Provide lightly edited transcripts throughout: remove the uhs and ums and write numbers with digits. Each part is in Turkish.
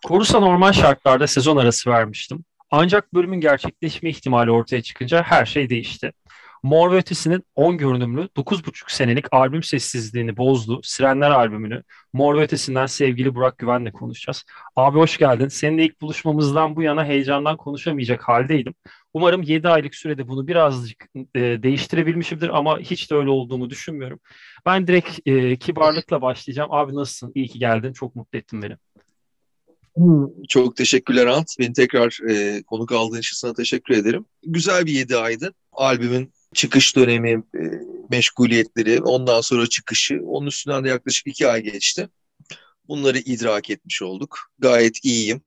Korus'a normal şartlarda sezon arası vermiştim. Ancak bölümün gerçekleşme ihtimali ortaya çıkınca her şey değişti. Mor ve Ötesi'nin 10 görünümlü 9,5 senelik albüm sessizliğini bozdu. Sirenler albümünü Mor ve Ötesi'nden sevgili Burak Güven'le konuşacağız. Abi hoş geldin. Seninle ilk buluşmamızdan bu yana heyecandan konuşamayacak haldeydim. Umarım 7 aylık sürede bunu birazcık değiştirebilmişimdir ama hiç de öyle olduğumu düşünmüyorum. Ben direkt kibarlıkla başlayacağım. Abi nasılsın? İyi ki geldin. Çok mutlu ettin beni. Çok teşekkürler Ant. Beni tekrar konuk aldığın için sana teşekkür ederim. Güzel bir 7 aydı. Albümün çıkış dönemi, meşguliyetleri, ondan sonra çıkışı. Onun üstünden de yaklaşık 2 ay geçti. Bunları idrak etmiş olduk. Gayet iyiyim.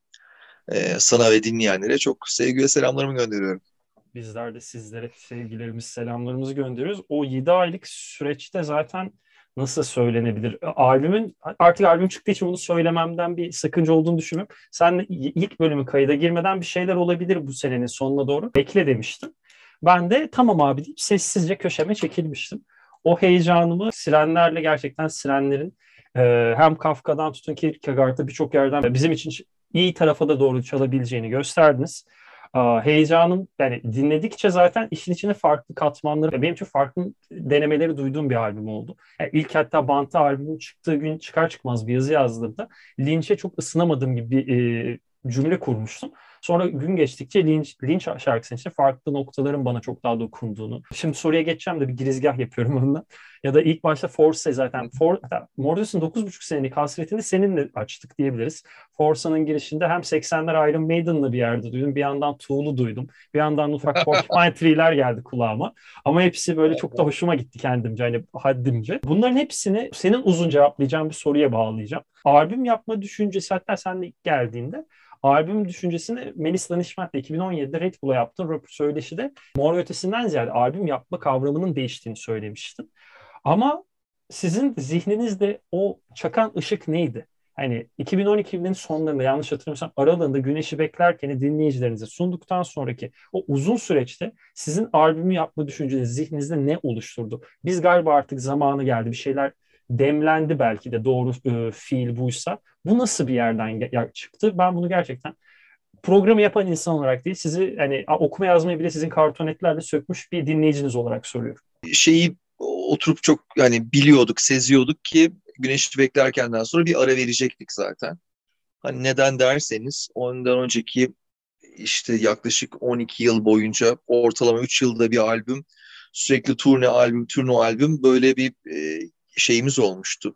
Sana ve dinleyenlere çok sevgi ve selamlarımı gönderiyorum. Bizler de sizlere sevgilerimiz, selamlarımızı gönderiyoruz. O 7 aylık süreçte zaten nasıl söylenebilir? Albümün artık albüm çıktığı için bunu söylememden bir sakınca olduğunu düşünmüyorum. Sen ilk bölümün kayıda girmeden bir şeyler olabilir bu senenin sonuna doğru. Bekle demiştin. Ben de tamam abi deyip sessizce köşeme çekilmiştim. O heyecanımı Sirenlerle gerçekten Sirenlerin hem Kafka'dan tutun Kierkegaard'a birçok yerden bizim için iyi tarafa da doğru çalabileceğini gösterdiniz. Heyecanım yani dinledikçe zaten işin içine farklı katmanları benim için farklı denemeleri duyduğum bir albüm oldu. Yani ilk hatta Bantı albümün çıktığı gün çıkar çıkmaz bir yazı yazdığımda Lynch'e çok ısınamadığım gibi bir cümle kurmuştum. Sonra gün geçtikçe Lynch şarkısının içinde farklı noktaların bana çok daha dokunduğunu. Şimdi soruya geçeceğim de bir girizgah yapıyorum onunla. Ya da ilk başta Force zaten Morrison 9,5 senelik hasretini seninle açtık diyebiliriz. Forsa'nın girişinde hem 80'ler Iron Maiden'la bir yerde duydum. Bir yandan Tool'u duydum. Bir yandan ufak Porcupine Tree'ler geldi kulağıma. Ama hepsi böyle çok da hoşuma gitti kendimce. Hani haddimce. Bunların hepsini senin uzun cevaplayacağın bir soruya bağlayacağım. Albüm yapma düşüncesi hatta sen de ilk geldiğinde albüm düşüncesini Melis Danışment'le 2017'de Red Bull'a yaptığın söyleşide Mor ve Ötesi'nden ziyade albüm yapma kavramının değiştiğini söylemiştin. Ama sizin zihninizde o çakan ışık neydi? Hani 2012'nin sonlarında yanlış hatırlamıyorsam aralığında Güneşi Beklerken'i dinleyicilerinize sunduktan sonraki o uzun süreçte sizin albümü yapma düşünceniz zihninizde ne oluşturdu? Biz galiba artık zamanı geldi bir şeyler demlendi belki de doğru fiil buysa. Bu nasıl bir yerden çıktı? Ben bunu gerçekten programı yapan insan olarak değil sizi hani okuma yazmayı bile sizin kartonetlerle sökmüş bir dinleyiciniz olarak soruyorum. Şeyi oturup çok yani biliyorduk, seziyorduk ki Güneşi Beklerken'den sonra bir ara verecektik zaten. Hani neden derseniz ondan önceki işte yaklaşık 12 yıl boyunca ortalama 3 yılda bir albüm, sürekli turne albüm, turne albüm böyle bir şeyimiz olmuştu.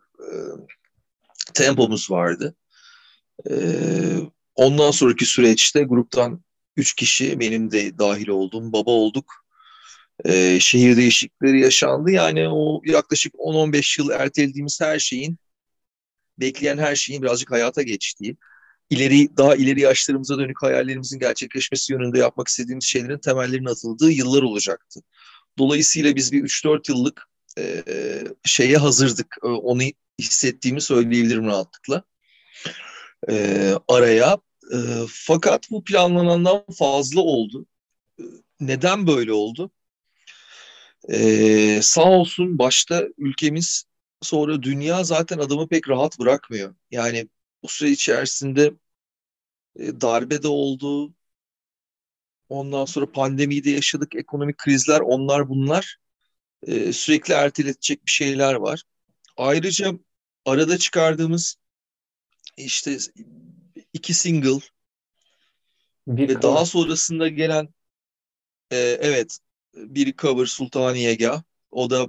Tempomuz vardı. E, Ondan sonraki süreçte gruptan 3 kişi benim de dahil olduğum baba olduk. Şehir değişiklikleri yaşandı. Yani o yaklaşık 10-15 yıl ertelediğimiz her şeyin, bekleyen her şeyin birazcık hayata geçtiği, daha ileri yaşlarımıza dönük hayallerimizin gerçekleşmesi yönünde yapmak istediğimiz şeylerin temellerinin atıldığı yıllar olacaktı. Dolayısıyla biz bir 3-4 yıllık şeye hazırdık. Onu hissettiğimi söyleyebilirim rahatlıkla. Araya. E, Fakat bu planlanandan fazla oldu. Neden böyle oldu? Sağ olsun başta ülkemiz, sonra dünya zaten adamı pek rahat bırakmıyor. Yani bu süre içerisinde darbe de oldu. Ondan sonra pandemiyi de yaşadık. Ekonomik krizler, onlar bunlar. Sürekli erteletecek bir şeyler var. Ayrıca arada çıkardığımız işte 2 single Bir ve daha cover. sonrasında gelen evet, bir cover Sultaniyegah. O da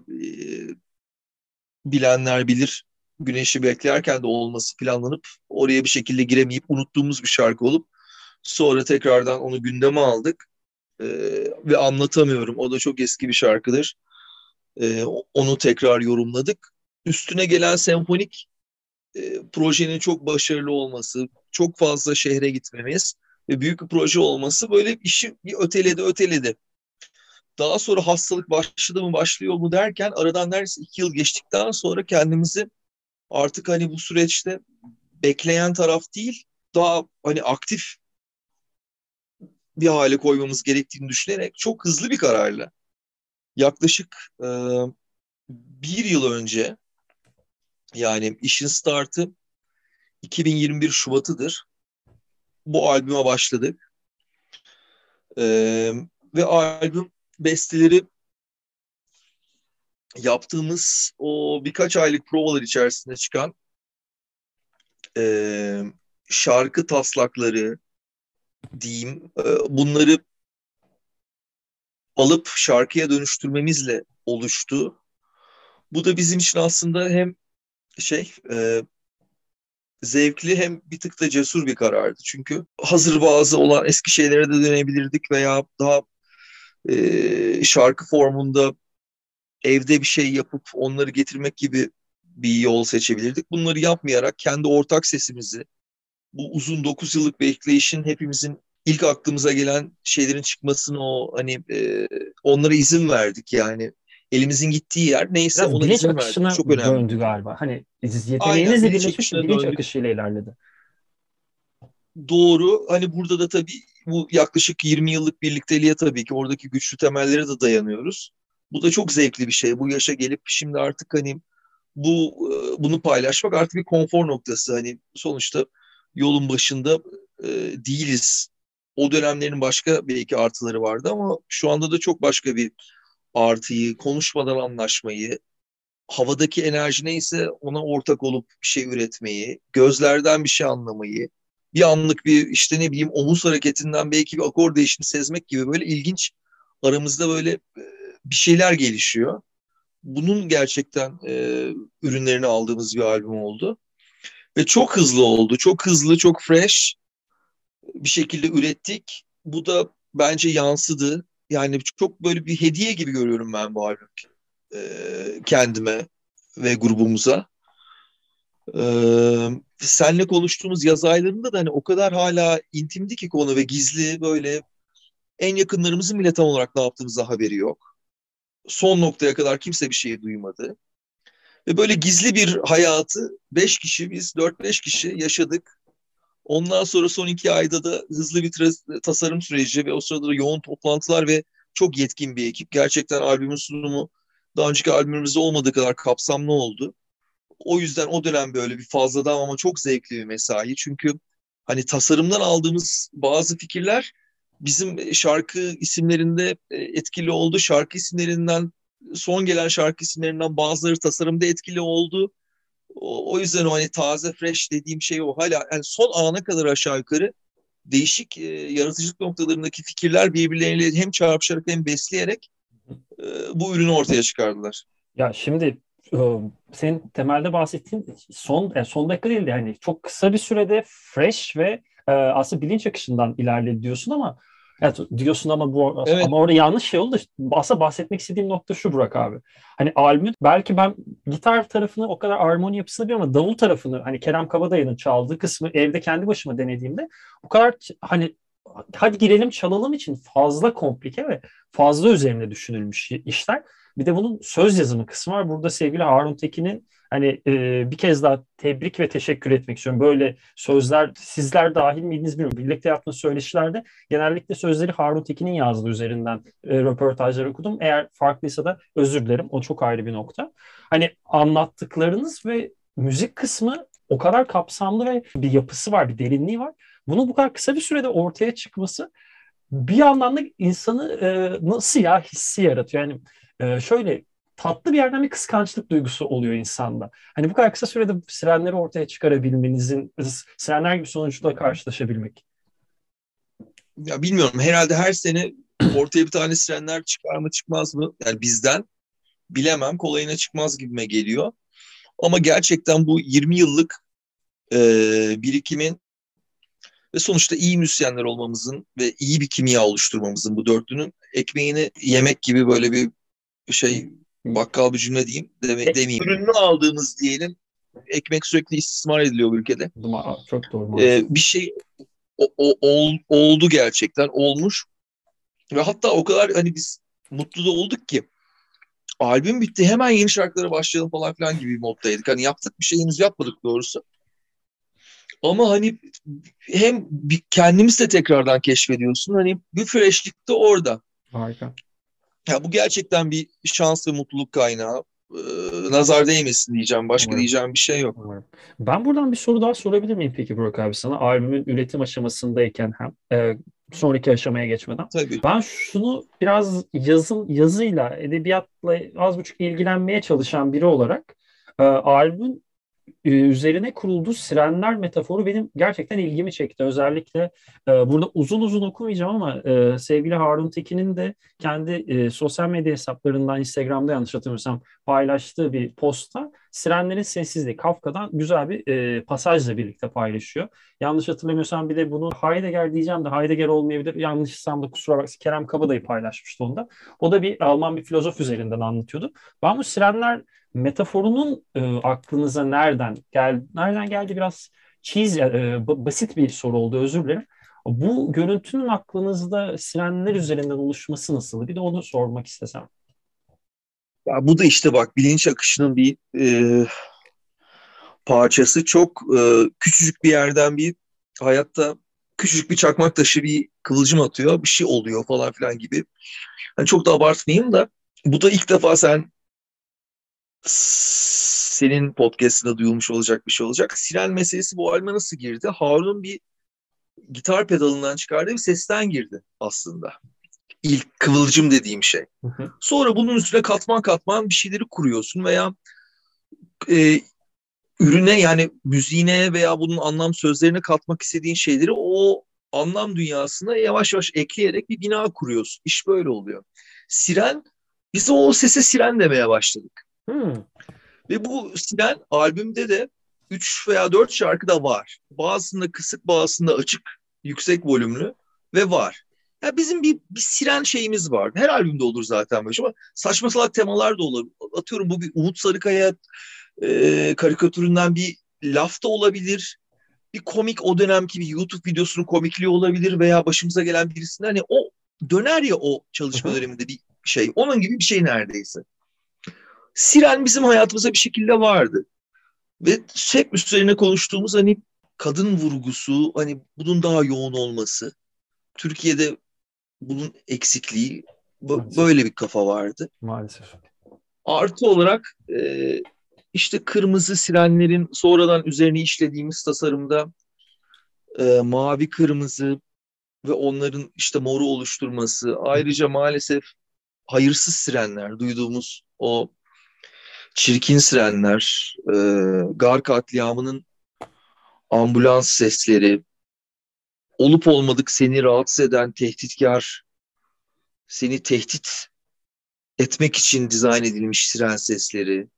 bilenler bilir, Güneşi Beklerken de olması planlanıp oraya bir şekilde giremeyip unuttuğumuz bir şarkı olup sonra tekrardan onu gündeme aldık. Ve Anlatamıyorum. O da çok eski bir şarkıdır. Onu tekrar yorumladık. Üstüne gelen senfonik projenin çok başarılı olması, çok fazla şehre gitmemiz ve büyük bir proje olması böyle işi bir öteledi. Daha sonra hastalık başladı mı başlıyor mu derken aradan neredeyse 2 yıl geçtikten sonra kendimizi artık hani bu süreçte bekleyen taraf değil, daha hani aktif bir hale koymamız gerektiğini düşünerek çok hızlı bir kararla yaklaşık 1 yıl önce, yani işin startı 2021 Şubat'ıdır. Bu albüme başladık. Ve albüm besteleri yaptığımız o birkaç aylık provalar içerisinde çıkan e, şarkı taslakları diyeyim, bunları alıp şarkıya dönüştürmemizle oluştu. Bu da bizim için aslında hem zevkli hem bir tık da cesur bir karardı. Çünkü hazır bazı olan eski şeylere de dönebilirdik veya daha şarkı formunda evde bir şey yapıp onları getirmek gibi bir yol seçebilirdik. Bunları yapmayarak kendi ortak sesimizi, bu uzun 9 yıllık bekleyişin hepimizin ilk aklımıza gelen şeylerin çıkmasını onlara izin verdik. Yani elimizin gittiği yer neyse Biraz ona bilinç izin verdik. akışına Çok önemli. döndü galiba. Hani Aynen yeteneğinizle bilinç birleşmiş akışına bilinç döndük. akışıyla ilerledi. Doğru. Hani burada da tabii bu yaklaşık 20 yıllık birlikteliğe tabii ki oradaki güçlü temellere de dayanıyoruz. Bu da çok zevkli bir şey. Bu yaşa gelip şimdi artık hani bunu paylaşmak artık bir konfor noktası. Hani sonuçta yolun başında e, değiliz. O dönemlerin başka belki artıları vardı ama şu anda da çok başka bir artıyı, konuşmadan anlaşmayı, havadaki enerji neyse ona ortak olup bir şey üretmeyi, gözlerden bir şey anlamayı, bir anlık bir işte ne bileyim omuz hareketinden belki bir akor değişimi sezmek gibi böyle ilginç aramızda böyle bir şeyler gelişiyor. Bunun gerçekten ürünlerini aldığımız bir albüm oldu. Ve çok hızlı oldu. Çok hızlı, çok fresh bir şekilde ürettik. Bu da bence yansıdı. Yani çok böyle bir hediye gibi görüyorum ben bu albüm kendime ve grubumuza. Seninle konuştuğumuz yaz aylarında da hani o kadar hala intimdi ki konu ve gizli böyle en yakınlarımızın bile tam olarak ne yaptığımızda haberi yok. Son noktaya kadar kimse bir şey duymadı. Ve böyle gizli bir hayatı 5 kişi biz 4-5 kişi yaşadık. Ondan sonra son 2 ayda da hızlı bir tasarım süreci ve o sırada da yoğun toplantılar ve çok yetkin bir ekip. Gerçekten albümün sunumu daha önceki albümümüzde olmadığı kadar kapsamlı oldu. O yüzden o dönem böyle bir fazladan ama çok zevkli bir mesai. Çünkü hani tasarımdan aldığımız bazı fikirler bizim şarkı isimlerinde etkili oldu. Şarkı isimlerinden son gelen şarkı isimlerinden bazıları tasarımda etkili oldu. O yüzden o hani taze fresh dediğim şey o. Hala yani son ana kadar aşağı yukarı değişik yaratıcılık noktalarındaki fikirler birbirleriyle hem çarpışarak hem besleyerek e, bu ürünü ortaya çıkardılar. Ya şimdi e, senin temelde bahsettiğin son dakika değil de hani çok kısa bir sürede fresh ve aslında bilinç akışından ilerledi diyorsun ama evet, diyorsun ama Evet. ama orada yanlış şey oldu. Aslında bahsetmek istediğim nokta şu Burak abi. Hani albümün belki ben gitar tarafını o kadar armoni yapısını bilmiyorum ama davul tarafını hani Kerem Kabadayı'nın çaldığı kısmı evde kendi başıma denediğimde o kadar hani hadi girelim çalalım için fazla komplike ve fazla üzerine düşünülmüş işler. Bir de bunun söz yazımı kısmı var. Burada sevgili Harun Tekin'in hani bir kez daha tebrik ve teşekkür etmek istiyorum. Böyle sözler sizler dahil miydiniz bilmiyorum. Birlikte yaptığınız söyleşilerde genellikle sözleri Harun Tekin'in yazdığı üzerinden röportajlar okudum. Eğer farklıysa da özür dilerim. O çok ayrı bir nokta. Hani anlattıklarınız ve müzik kısmı o kadar kapsamlı ve bir yapısı var, bir derinliği var. Bunu bu kadar kısa bir sürede ortaya çıkması bir yandan da insanı nasıl ya hissi yaratıyor. Yani şöyle tatlı bir yerden bir kıskançlık duygusu oluyor insanda. Hani bu kadar kısa sürede sirenleri ortaya çıkarabilmenizin, sirenler gibi sonuçla karşılaşabilmek. Ya bilmiyorum herhalde her sene ortaya bir tane sirenler çıkar mı çıkmaz mı? Yani bizden bilemem kolayına çıkmaz gibime geliyor. Ama gerçekten bu 20 yıllık birikimin ve sonuçta iyi müzisyenler olmamızın ve iyi bir kimya oluşturmamızın bu dörtlünün ekmeğini yemek gibi böyle bir şey bakkal bir cümle diyeyim demeyeyim. Ürününü aldığımız diyelim ekmek sürekli istismar ediliyor bu ülkede. Çok doğru maalesef. Bir şey oldu gerçekten olmuş ve hatta o kadar hani biz mutlu da olduk ki albüm bitti hemen yeni şarkılara başlayalım falan filan gibi bir moddaydık. Hani yaptık bir şey henüz yapmadık doğrusu. Ama hani hem kendimiz de tekrardan keşfediyorsun. Hani bir freshlik de orada. Harika. Ya bu gerçekten bir şans ve mutluluk kaynağı. nazar değmesin diyeceğim. Başka Umarım. diyeceğim bir şey yok. Umarım. Ben buradan bir soru daha sorabilir miyim peki Burak abi sana? Albümün üretim aşamasındayken hem sonraki aşamaya geçmeden. Tabii. Ben şunu biraz yazıyla, edebiyatla az buçuk ilgilenmeye çalışan biri olarak albümün üzerine kurulduğu sirenler metaforu benim gerçekten ilgimi çekti. Özellikle burada uzun uzun okumayacağım ama sevgili Harun Tekin'in de kendi sosyal medya hesaplarından Instagram'da yanlış hatırlamıyorsam paylaştığı bir postta Sirenlerin Sessizliği Kafka'dan güzel bir pasajla birlikte paylaşıyor. Yanlış hatırlamıyorsam bir de bunu Heidegger diyeceğim de Heidegger olmayabilir. Yanlışsam da kusura bakma. Kerem Kabadayı paylaşmıştı onda. O da bir Alman bir filozof üzerinden anlatıyordu. Ben bu Sirenler metaforunun aklınıza nereden geldi biraz basit bir soru oldu, özür dilerim. Bu görüntünün aklınızda sirenler üzerinden oluşması nasıl? Bir de onu sormak istesem. Ya bu da işte bak bilinç akışının bir parçası. Çok küçücük bir yerden bir hayatta küçücük bir çakmak taşı bir kıvılcım atıyor. Bir şey oluyor falan filan gibi. Hani çok da abartmayayım da bu da ilk defa senin podcast'ında duyulmuş olacak bir şey olacak. Siren meselesi bu albüme nasıl girdi? Harun'un bir gitar pedalından çıkardığı bir sesten girdi aslında. İlk kıvılcım dediğim şey. Hı hı. Sonra bunun üstüne katman katman bir şeyleri kuruyorsun veya e, ürüne yani müziğine veya bunun anlam sözlerine katmak istediğin şeyleri o anlam dünyasına yavaş yavaş ekleyerek bir bina kuruyorsun. İş böyle oluyor. Siren, biz o sese siren demeye başladık. Hmm. Ve bu siren albümde de 3 veya 4 şarkı da var. Bazısında kısık, bazısında açık, yüksek volümlü ve var. Ya bizim bir siren şeyimiz var. Her albümde olur zaten böyle ama saçma salak temalar da olur. Atıyorum bu bir Umut Sarıkaya karikatüründen bir laf da olabilir. Bir komik o dönemki bir YouTube videosunun komikliği olabilir veya başımıza gelen birisinden hani o döner ya o Hı çalışma hı. döneminde bir şey. Onun gibi bir şey neredeyse. Siren bizim hayatımıza bir şekilde vardı. Ve hep üzerine konuştuğumuz hani kadın vurgusu, hani bunun daha yoğun olması. Türkiye'de bunun eksikliği Maalesef. böyle bir kafa vardı. Maalesef. Artı olarak işte kırmızı sirenlerin sonradan üzerine işlediğimiz tasarımda mavi kırmızı ve onların işte moru oluşturması. Hı hı. Ayrıca maalesef hayırsız sirenler duyduğumuz o çirkin sirenler, Gar katliamının ambulans sesleri, olup olmadık seni rahatsız eden tehditkar, seni tehdit etmek için dizayn edilmiş siren sesleri,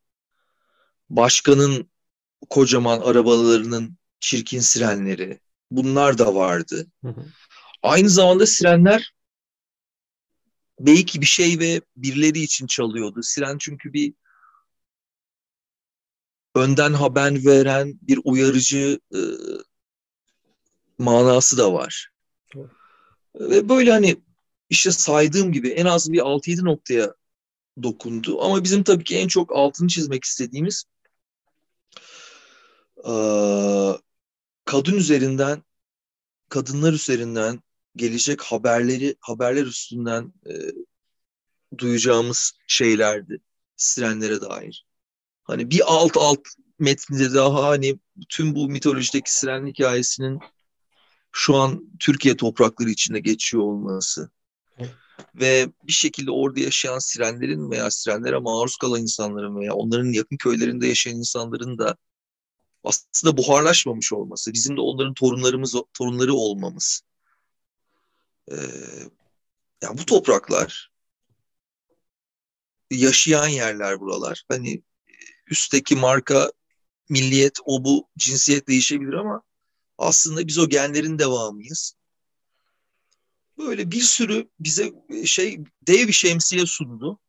başkanın kocaman arabalarının çirkin sirenleri, bunlar da vardı. Hı hı. Aynı zamanda sirenler belki bir şey ve birileri için çalıyordu. Siren çünkü bir önden haber veren bir uyarıcı manası da var. Doğru. Ve böyle hani işte saydığım gibi en az bir 6-7 noktaya dokundu. Ama bizim tabii ki en çok altını çizmek istediğimiz kadın üzerinden, kadınlar üzerinden gelecek haberler üstünden duyacağımız şeylerdi sirenlere dair. Hani bir alt metninde daha hani tüm bu mitolojideki siren hikayesinin şu an Türkiye toprakları içinde geçiyor olması ve bir şekilde orada yaşayan sirenlerin veya sirenlere maruz kalan insanların veya onların yakın köylerinde yaşayan insanların da aslında buharlaşmamış olması, bizim de onların torunları olmamız. Ee, yani bu topraklar, yaşayan yerler buralar. Hani üstteki marka, milliyet, o bu cinsiyet değişebilir ama aslında biz o genlerin devamıyız. Böyle bir sürü bize dev bir şemsiye sundu.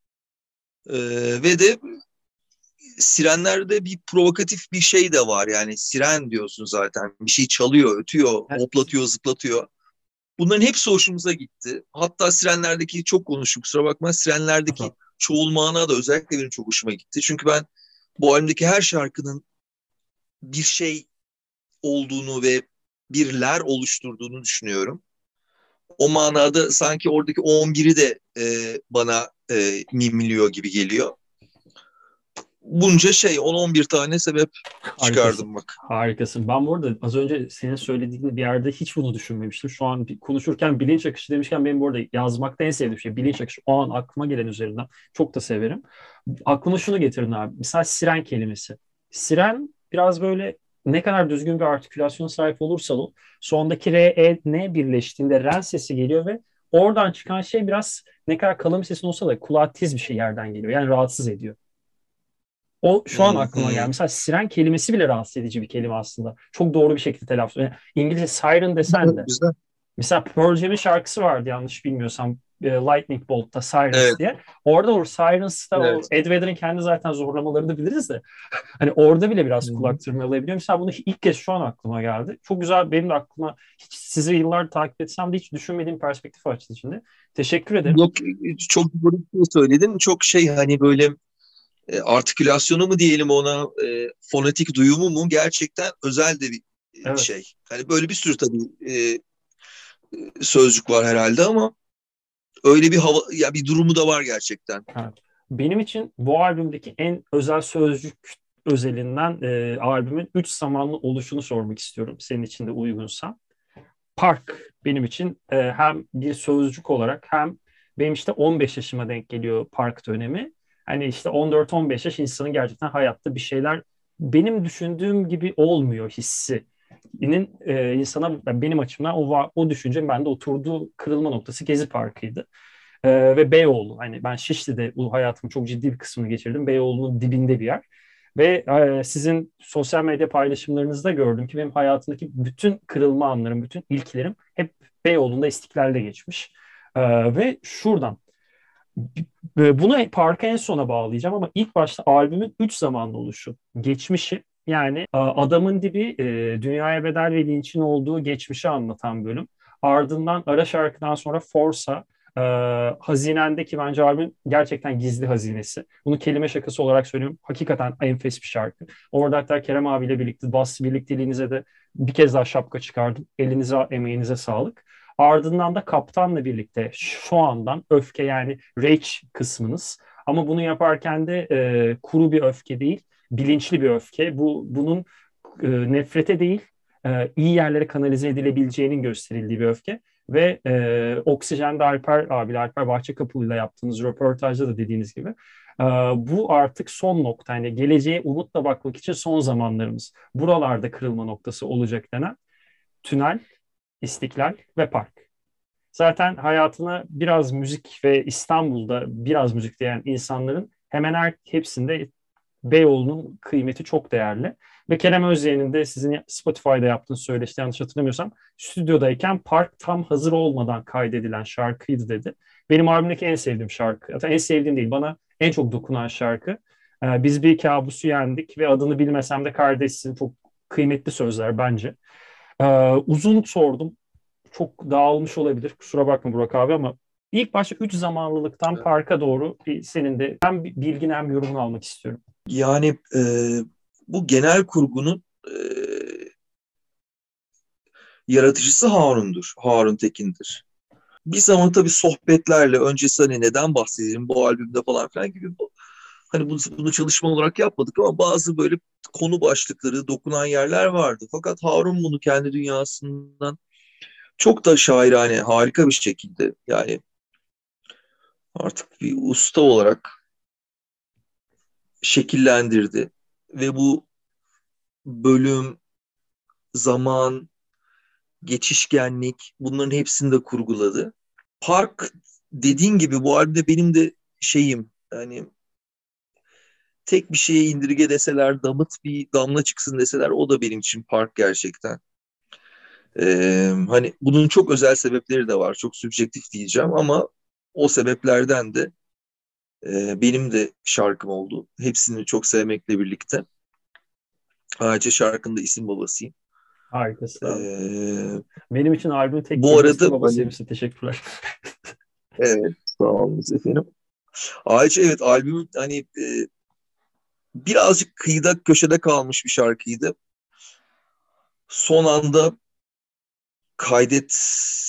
Ve de sirenlerde bir provokatif bir şey de var. Yani siren diyorsun zaten. Bir şey çalıyor, ötüyor, Evet. hoplatıyor, zıplatıyor. Bunların hepsi hoşumuza gitti. Hatta sirenlerdeki çok konuştuk kusura bakma. Sirenlerdeki Aha. çoğul mana da özellikle benim çok hoşuma gitti. Çünkü ben bu albümdeki her şarkının bir şey olduğunu ve birler oluşturduğunu düşünüyorum. O manada sanki oradaki 11'i de bana mimliyor gibi geliyor. bunca şey 10-11 tane sebep Harikasın. çıkardım bak. Harikasın. Ben bu arada az önce senin söylediğin bir yerde hiç bunu düşünmemiştim. Şu an konuşurken bilinç akışı demişken benim bu arada yazmakta en sevdiğim şey bilinç akışı. O an aklıma gelen üzerinden çok da severim. Aklıma şunu getirin abi. Mesela siren kelimesi. Siren biraz böyle ne kadar düzgün bir artikülasyona sahip olursa o sondaki R, E, N birleştiğinde ren sesi geliyor ve oradan çıkan şey biraz ne kadar kalın bir sesin olsa da kulağa tiz bir şey yerden geliyor. Yani rahatsız ediyor. O şu an Hı aklıma geldi. hı. Mesela siren kelimesi bile rahatsız edici bir kelime aslında. Çok doğru bir şekilde telaffuz. Yani İngilizce siren desen de. Güzel. Mesela Pearl Jam'in şarkısı vardı yanlış bilmiyorsam. Lightning Bolt'ta Sirens Evet, diye. Orada o Sirens'ta o evet. Ed Vedder'ın kendi zaten zorlamalarını biliriz de. Hani orada bile Hı biraz hı. kulak tırmalayabiliyor. Mesela bunu ilk kez şu an aklıma geldi. Çok güzel benim de aklıma hiç sizi yıllar takip etsem de hiç düşünmediğim perspektif açtı içinde. Teşekkür ederim. Yok, çok doğru bir şey söyledin. Çok şey hani böyle artikülasyonu mu diyelim ona, fonetik duyumu mu gerçekten özel de bir Evet. şey. Hani böyle bir sürü tabii sözcük var herhalde ama öyle bir hava ya bir durumu da var gerçekten. Evet. Benim için bu albümdeki en özel sözcük özelinden albümün 3 zamanlı oluşunu sormak istiyorum. Senin için de uygunsa. Park benim için hem bir sözcük olarak hem benim işte 15 yaşıma denk geliyor park dönemi. Hani işte 14-15 yaş insanın gerçekten hayatta bir şeyler benim düşündüğüm gibi olmuyor hissi. İnsana benim açımdan o düşüncenin bende oturduğu kırılma noktası Gezi Parkı'ydı. Ve Beyoğlu. Hani ben Şişli'de bu hayatımın çok ciddi bir kısmını geçirdim. Beyoğlu'nun dibinde bir yer. Ve sizin sosyal medya paylaşımlarınızda gördüm ki benim hayatımdaki bütün kırılma anlarım, bütün ilklerim hep Beyoğlu'nda İstiklal'de geçmiş. Ve şuradan bunu parka en sona bağlayacağım ama ilk başta albümün 3 zamanlı oluşu. Geçmişi yani adamın dibi dünyaya bedel ve linçin olduğu geçmişi anlatan bölüm. Ardından ara şarkıdan sonra Forsa, e, Hazinendeki bence albümün gerçekten gizli hazinesi. Bunu kelime şakası olarak söylüyorum. Hakikaten enfes bir şarkı. Orada hatta Kerem abiyle birlikte bas birlikteliğinize de bir kez daha şapka çıkardım. Elinize, emeğinize sağlık. Ardından da kaptanla birlikte şu andan öfke yani rage kısmınız. Ama bunu yaparken de kuru bir öfke değil, bilinçli bir öfke. Bunun nefrete değil, iyi yerlere kanalize edilebileceğinin gösterildiği bir öfke. Ve Oksijen'de Alper abiyle, Alper Bahçekapılı'yla yaptığınız röportajda da dediğiniz gibi bu artık son nokta. Yani geleceğe umutla bakmak için son zamanlarımız. Buralarda kırılma noktası olacak denen tünel, İstiklal ve Park. Zaten hayatına biraz müzik ve İstanbul'da biraz müzik diyen insanların hemen hepsinde Beyoğlu'nun kıymeti çok değerli. Ve Kerem Özyeğin'in de sizin Spotify'da yaptığınız söyleşti yanlış hatırlamıyorsam stüdyodayken park tam hazır olmadan kaydedilen şarkıydı dedi. Benim albümdeki en sevdiğim şarkı. Hatta en sevdiğim değil bana en çok dokunan şarkı. Biz bir kabusu yendik ve adını bilmesem de kardeşsin çok kıymetli sözler bence. Uzun sordum çok dağılmış olabilir. Kusura bakma Burak abi ama ilk başta 3 zamanlılıktan parka doğru senin de hem bilgin hem yorumunu almak istiyorum. Yani bu genel kurgunun yaratıcısı Harun'dur. Harun Tekin'dir. Bir zaman tabii sohbetlerle öncesi hani neden bahsedelim bu albümde falan filan gibi hani bunu çalışma olarak yapmadık ama bazı böyle konu başlıkları dokunan yerler vardı. Fakat Harun bunu kendi dünyasından çok da şairane, harika bir şekilde yani artık bir usta olarak şekillendirdi. Ve bu bölüm, zaman, geçişkenlik bunların hepsini de kurguladı. Park dediğin gibi bu albümde benim de şeyim yani tek bir şeye indirge deseler damıt bir damla çıksın deseler o da benim için park gerçekten. Hani bunun çok özel sebepleri de var. Çok subjektif diyeceğim ama o sebeplerden de benim de şarkım oldu. Hepsini çok sevmekle birlikte. Ayrıca şarkının da isim babasıyım. Harikasın abi. Ee, Benim için albümün tek Bu kelimesi arada hani babasıymışsın. Teşekkürler. evet sağ olun efendim. Ayrıca evet albüm hani birazcık kıyıda köşede kalmış bir şarkıydı. Son anda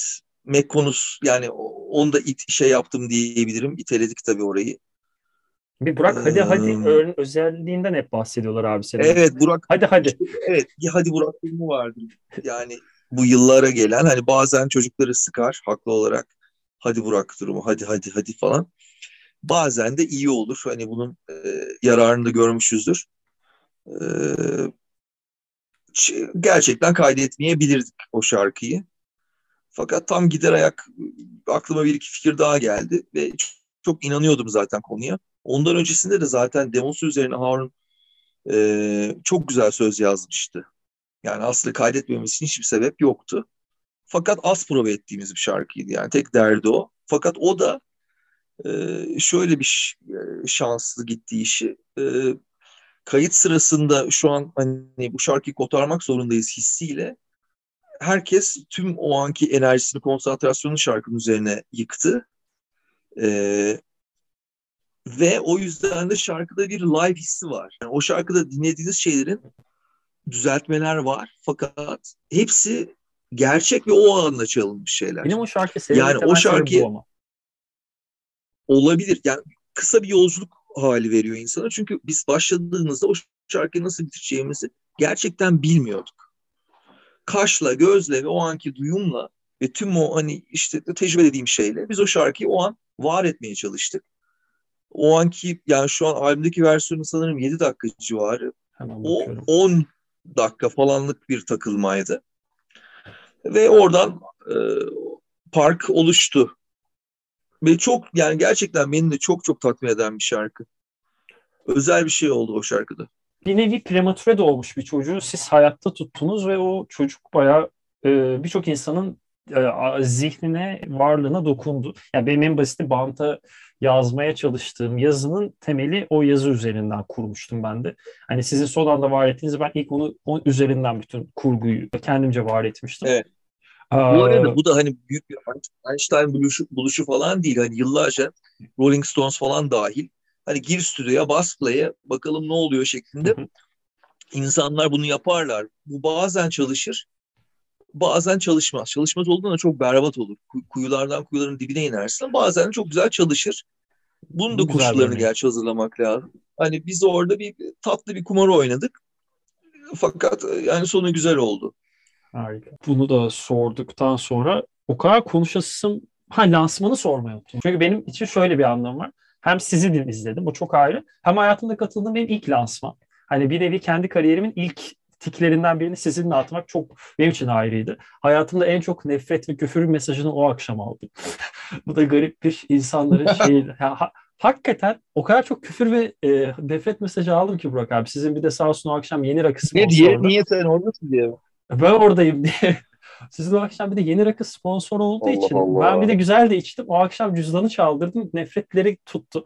kaydetmek konusu yani onu da şey yaptım diyebilirim. İteledik tabii orayı. Bir Burak hadi hadi Ee, özelliğinden hep bahsediyorlar abi senin. evet Burak, Hadi hadi. evet bir Hadi Burak filmi vardır. Yani bu yıllara gelen, hani bazen çocukları sıkar haklı olarak. Hadi Burak durumu, hadi hadi hadi falan. Bazen de iyi olur. Hani bunun yararını da görmüşüzdür. E, Gerçekten kaydetmeyebilirdik o şarkıyı. Fakat tam gider ayak aklıma bir iki fikir daha geldi ve çok inanıyordum zaten konuya. Ondan öncesinde de zaten demosu üzerine Harun çok güzel söz yazmıştı. Yani aslında kaydetmemesi için hiçbir sebep yoktu. Fakat az prova ettiğimiz bir şarkıydı. Yani tek derdi o. Fakat o da şöyle bir şanslı gitti işi. Kayıt sırasında şu an hani bu şarkıyı kotarmak zorundayız hissiyle herkes tüm o anki enerjisini, konsantrasyonunu şarkının üzerine yıktı. Ee, Ve o yüzden de şarkıda bir live hissi var. Yani o şarkıda dinlediğiniz şeylerin düzeltmeler var. Fakat hepsi gerçek ve o anda çalınmış Benim şeyler. o şarkıyı sevemin Yani o temel sebebi bu şarkı ama. olabilir. Yani kısa bir yolculuk hali veriyor insana. Çünkü biz başladığımızda o şarkıyı nasıl bitireceğimizi gerçekten bilmiyorduk. Kaşla, gözle ve o anki duyumla ve tüm o hani işte tecrübe dediğim şeyle biz o şarkıyı o an var etmeye çalıştık. O anki yani şu an albümdeki versiyonu sanırım 7 dakika civarı. Hemen O bakıyorum. 10 dakika falanlık bir takılmaydı. Ve oradan park oluştu. Ve çok yani gerçekten beni de çok çok tatmin eden bir şarkı. Özel bir şey oldu o şarkıda. Bir nevi prematüre doğmuş bir çocuğu siz hayatta tuttunuz ve o çocuk bayağı birçok insanın zihnine, varlığına dokundu. Yani benim en basiti banta yazmaya çalıştığım yazının temeli o yazı üzerinden kurmuştum ben de. Hani sizin son anda var ettiğiniz ben ilk onun üzerinden bütün kurguyu kendimce var etmiştim. Evet. Bu Aa, arada bu da hani büyük bir Einstein buluşu falan değil. Hani yıllarca Rolling Stones falan dahil. Hani gir stüdyoya bas play'e bakalım ne oluyor şeklinde. İnsanlar bunu yaparlar. Bu bazen çalışır, bazen çalışmaz. Çalışmaz olduğunda çok berbat olur. Kuyulardan kuyuların dibine inersin. Ama bazen çok güzel çalışır. Bunun da bu güzel bir koşullarını örnek. gerçi hazırlamak lazım. Hani biz orada bir tatlı bir kumar oynadık. Fakat yani sonu güzel oldu. Harika. Bunu da sorduktan sonra o kadar konuşasım lansmanı sormayı unuttum. Çünkü benim için şöyle bir anlam var. Hem sizi izledim, o çok ayrı. Hem hayatımda katıldığım benim ilk lansman. Hani bir nevi kendi kariyerimin ilk tiklerinden birini sizinle atmak çok benim için ayrıydı. Hayatımda en çok nefret ve küfür mesajını o akşam aldım. Bu da garip bir insanların şeyi. Hakikaten o kadar çok küfür ve nefret mesajı aldım ki Burak abi. Sizin bir de sağ olsun o akşam yeni rakı Ne diye? sponsorlu. Niye sen oradasın diye. Ben oradayım diye. Sizin o akşam bir de yeni rakı sponsor olduğu Allah için ben bir Allah. de güzel de içtim. O akşam cüzdanı çaldırdım. Nefretleri tuttu.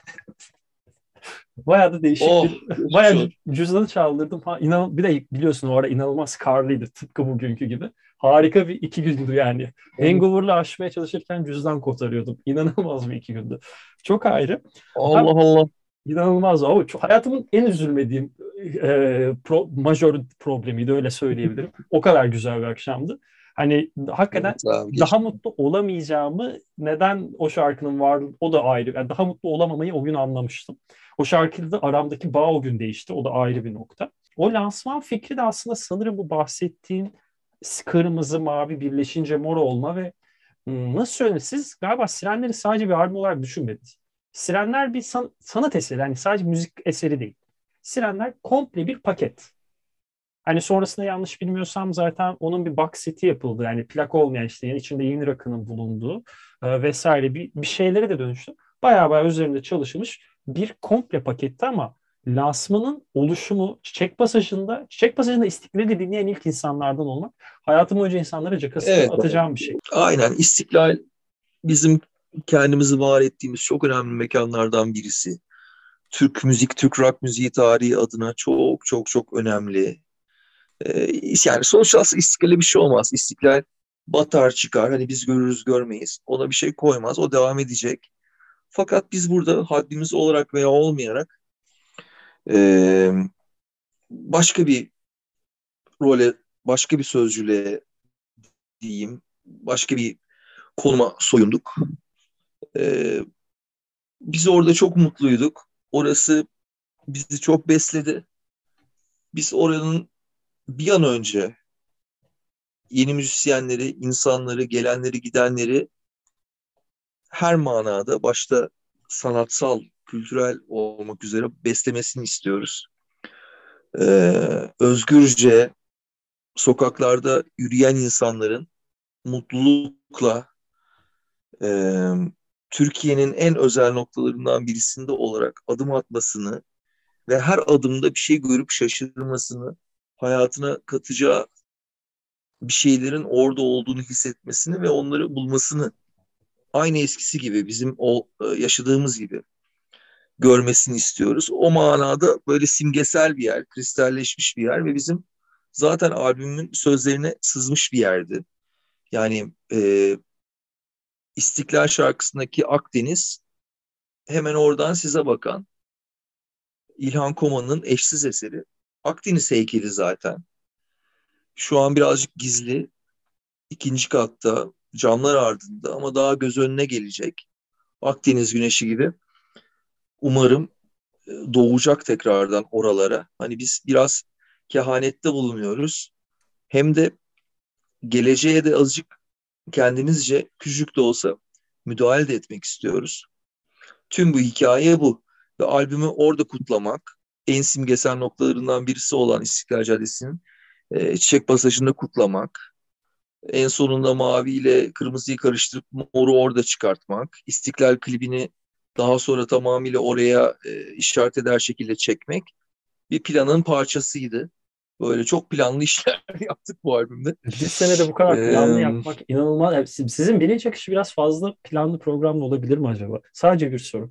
Bayağı da değişik Oh, bir geçmiş bayağı olsun. cüzdanı çaldırdım. Bir de biliyorsun o ara inanılmaz karlıydı. Tıpkı bugünkü gibi. Harika bir 2 gündü yani. Hangover'la aşmaya çalışırken cüzdan kotarıyordum. İnanılmaz bir 2 gündü. Çok ayrı. Allah Allah. İnanılmaz. O hayatımın en üzülmediğim majör problemiydi öyle söyleyebilirim. O kadar güzel bir akşamdı. Hani hakikaten Evet abi daha geçmiş. mutlu olamayacağımı neden o şarkının var o da ayrı. Yani daha mutlu olamamayı o gün anlamıştım. O şarkıyla da aramdaki bağ o gün değişti. O da ayrı bir nokta. O lansman fikri de aslında sanırım bu bahsettiğin kırmızı mavi birleşince mor olma ve nasıl söyleyeyim siz galiba Sirenleri sadece bir albüm olarak düşünmediniz. Sirenler bir sanat eseri. Yani sadece müzik eseri değil. Sirenler komple bir paket. Hani sonrasında yanlış bilmiyorsam zaten onun bir box seti yapıldı. Yani plak olmayan işte yani içinde yeni rakının bulunduğu vesaire bir şeylere de dönüştü. Bayağı bayağı üzerinde çalışılmış bir komple paketti ama lansmanın oluşumu Çiçek Pasajı'nda İstiklal'i dinleyen ilk insanlardan olmak hayatım boyunca insanlara cakasını Evet abi. atacağım bir şey. Aynen. İstiklal bizim kendimizi var ettiğimiz çok önemli mekanlardan birisi. Türk müzik, Türk rock müziği tarihi adına çok çok çok önemli. Yani sonuçta aslında İstiklal'e bir şey olmaz. İstiklal batar çıkar. Hani biz görürüz görmeyiz. Ona bir şey koymaz. O devam edecek. Fakat biz burada haddimiz olarak veya olmayarak e, başka bir role, başka bir sözcülüğe diyeyim, başka bir konuma soyunduk. E, Biz orada çok mutluyduk. Orası bizi çok besledi. Biz oranın bir an önce yeni müzisyenleri, insanları, gelenleri, gidenleri her manada başta sanatsal, kültürel olmak üzere beslemesini istiyoruz. Özgürce sokaklarda yürüyen insanların mutlulukla e, Türkiye'nin en özel noktalarından birisinde olarak adım atmasını ve her adımda bir şey görüp şaşırmasını, hayatına katacağı bir şeylerin orada olduğunu hissetmesini ve onları bulmasını aynı eskisi gibi bizim o yaşadığımız gibi görmesini istiyoruz. O manada böyle simgesel bir yer, kristalleşmiş bir yer ve bizim zaten albümün sözlerine sızmış bir yerdi. Yani İstiklal şarkısındaki Akdeniz hemen oradan size bakan İlhan Koma'nın eşsiz eseri. Akdeniz heykeli zaten. Şu an birazcık gizli, ikinci katta, camlar ardında ama daha göz önüne gelecek. Akdeniz güneşi gibi. Umarım doğacak tekrardan oralara. Hani biz biraz kehanette bulunuyoruz. Hem de geleceğe de azıcık kendimizce küçük de olsa müdahale de etmek istiyoruz. Tüm bu hikaye bu. Ve albümü orada kutlamak, en simgesel noktalarından birisi olan İstiklal Caddesi'nin Çiçek Pasajı'nda kutlamak, en sonunda mavi ile kırmızıyı karıştırıp moru orada çıkartmak, İstiklal klibini daha sonra tamamıyla oraya işaret eder şekilde çekmek bir planın parçasıydı. Böyle çok planlı işler yaptık bu albümde. Bir senede bu kadar planlı Ee, yapmak inanılmaz. Yani sizin bilinç akışı biraz fazla planlı programlı olabilir mi acaba? Sadece bir soru.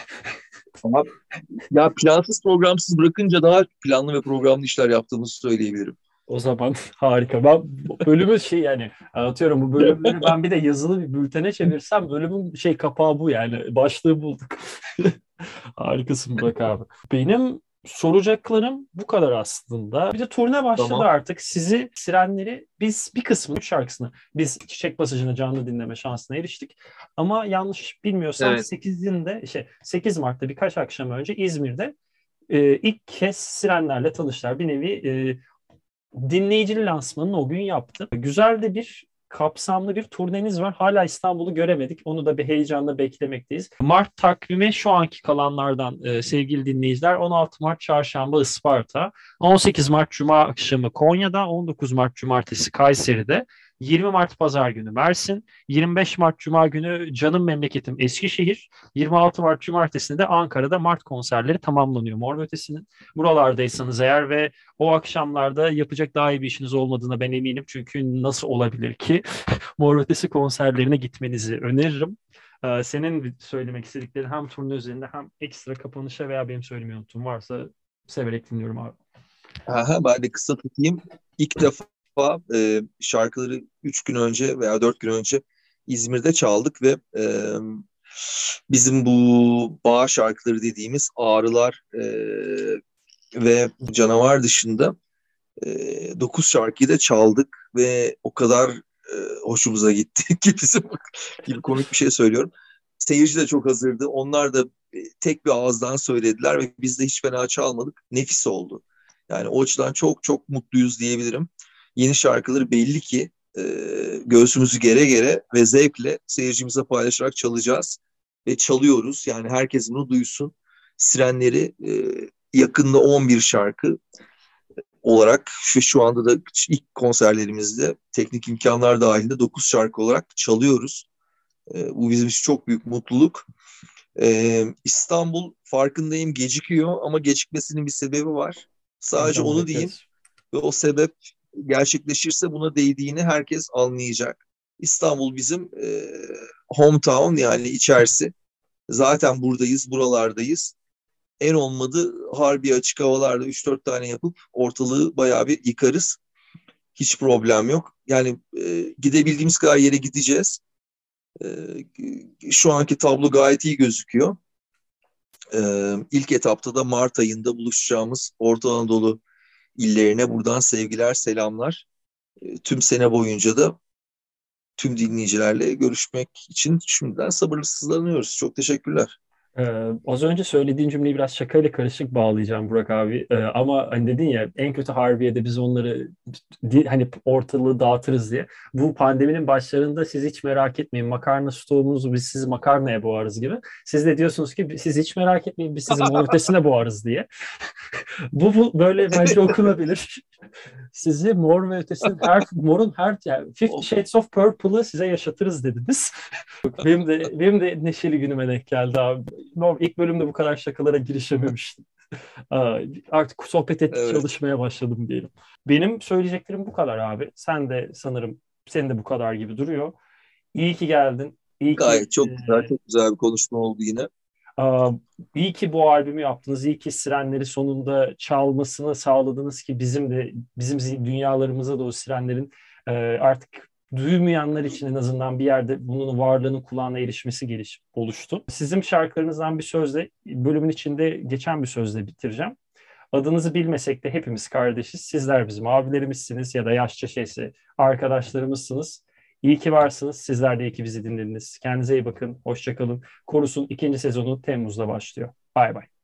ama ya plansız programsız bırakınca daha planlı ve programlı işler yaptığımızı söyleyebilirim. O zaman harika. Ben bu bölümü şey yani anlatıyorum bu bölümleri ben bir de yazılı bir bültene çevirsem bölümün şey kapağı bu yani başlığı bulduk. Harikasın Burak abi. Benim soracaklarım bu kadar aslında. Bir de turne başladı Tamam. artık. Sizi Sirenleri biz bir kısmını şarkısını biz Çiçek Pasajı'nı canlı dinleme şansına eriştik. Ama yanlış bilmiyorsam Evet. 8'inde 8 Mart'ta birkaç akşam önce İzmir'de ilk kez Sirenlerle tanıştılar. Bir nevi dinleyicili lansmanını o gün yaptı. Güzel de bir kapsamlı bir turneniz var. Hala İstanbul'u göremedik. Onu da bir heyecanla beklemekteyiz. Mart takvimi şu anki kalanlardan sevgili dinleyiciler. 16 Mart Çarşamba Isparta, 18 Mart Cuma akşamı Konya'da, 19 Mart Cumartesi Kayseri'de, 20 Mart Pazar günü Mersin, 25 Mart Cuma günü canım memleketim Eskişehir, 26 Mart Cumartesi'nde de Ankara'da Mart konserleri tamamlanıyor Mor ve Ötesi'nin. Buralardaysanız eğer ve o akşamlarda yapacak daha iyi bir işiniz olmadığına ben eminim. Çünkü nasıl olabilir ki Mor ve Ötesi konserlerine gitmenizi öneririm. Senin söylemek istediklerin hem turne üzerinde hem ekstra kapanışa veya benim söylemeyi unuttuğum varsa severek dinliyorum abi. Aha, ben de kısa tutayım. İlk defa şarkıları 3 gün önce veya 4 gün önce İzmir'de çaldık ve bizim bu bağ şarkıları dediğimiz Ağrılar ve Canavar dışında 9 şarkıyı da çaldık ve o kadar hoşumuza gitti ki bizim gibi komik bir şey söylüyorum. Seyirci de çok hazırdı. Onlar da tek bir ağızdan söylediler ve biz de hiç fena çalmadık. Nefis oldu. Yani o açıdan çok çok mutluyuz diyebilirim. Yeni şarkıları belli ki göğsümüzü gere gere ve zevkle seyircimize paylaşarak çalacağız. Ve çalıyoruz. Yani herkes bunu duysun. Sirenleri yakında 11 şarkı olarak şu anda da ilk konserlerimizde teknik imkanlar dahilinde 9 şarkı olarak çalıyoruz. Bu bizim için çok büyük mutluluk. İstanbul farkındayım gecikiyor ama gecikmesinin bir sebebi var. Sadece Heyecanla onu diyeyim bekleriz. ve o sebep gerçekleşirse buna değdiğini herkes anlayacak. İstanbul bizim hometown yani içerisi. Zaten buradayız, buralardayız. En olmadı harbi açık havalarda 3-4 tane yapıp ortalığı bayağı bir yıkarız. Hiç problem yok. Yani gidebildiğimiz kadar yere gideceğiz. E, Şu anki tablo gayet iyi gözüküyor. İlk etapta da Mart ayında buluşacağımız Orta Anadolu illerine buradan sevgiler, selamlar. Tüm sene boyunca da tüm dinleyicilerle görüşmek için şimdiden sabırsızlanıyoruz. Çok teşekkürler. Az önce söylediğin cümleyi biraz şakayla karışık bağlayacağım Burak abi. Ama hani dedin ya en kötü Harbiye'de biz onları hani ortalığı dağıtırız diye. Bu pandeminin başlarında siz hiç merak etmeyin makarna stoğumuzu biz sizi makarnaya boğarız gibi. Siz de diyorsunuz ki siz hiç merak etmeyin biz sizi mor ötesine boğarız diye. Bu böyle bence okunabilir. Sizi mor ve ötesinin morun her yani Fifty Of, Shades of Purple'ı size yaşatırız dediniz. Benim de neşeli günüme denk geldi abi. İlk bölümde bu kadar şakalara girişememiştim. Artık sohbet ettikçe evet. alışmaya başladım diyelim. Benim söyleyeceklerim bu kadar abi. Sen de sanırım senin de bu kadar gibi duruyor. İyi ki geldin. İyi ki Gayet çok güzel, çok güzel bir konuşma oldu yine. Aa, iyi ki bu albümü yaptınız. İyi ki sirenleri sonunda çalmasını sağladınız ki bizim dünyalarımıza da o sirenlerin artık duymayanlar için en azından bir yerde bunun varlığının kulağına erişmesi oluştu. Sizin şarkılarınızdan bir sözle bölümün içinde geçen bir sözle bitireceğim. Adınızı bilmesek de hepimiz kardeşiz. Sizler bizim abilerimizsiniz ya da yaşça şeyse arkadaşlarımızsınız. İyi ki varsınız. Sizler de iyi ki bizi dinlediniz. Kendinize iyi bakın. Hoşça kalın. Korus'un ikinci sezonu Temmuz'da başlıyor. Bay bay.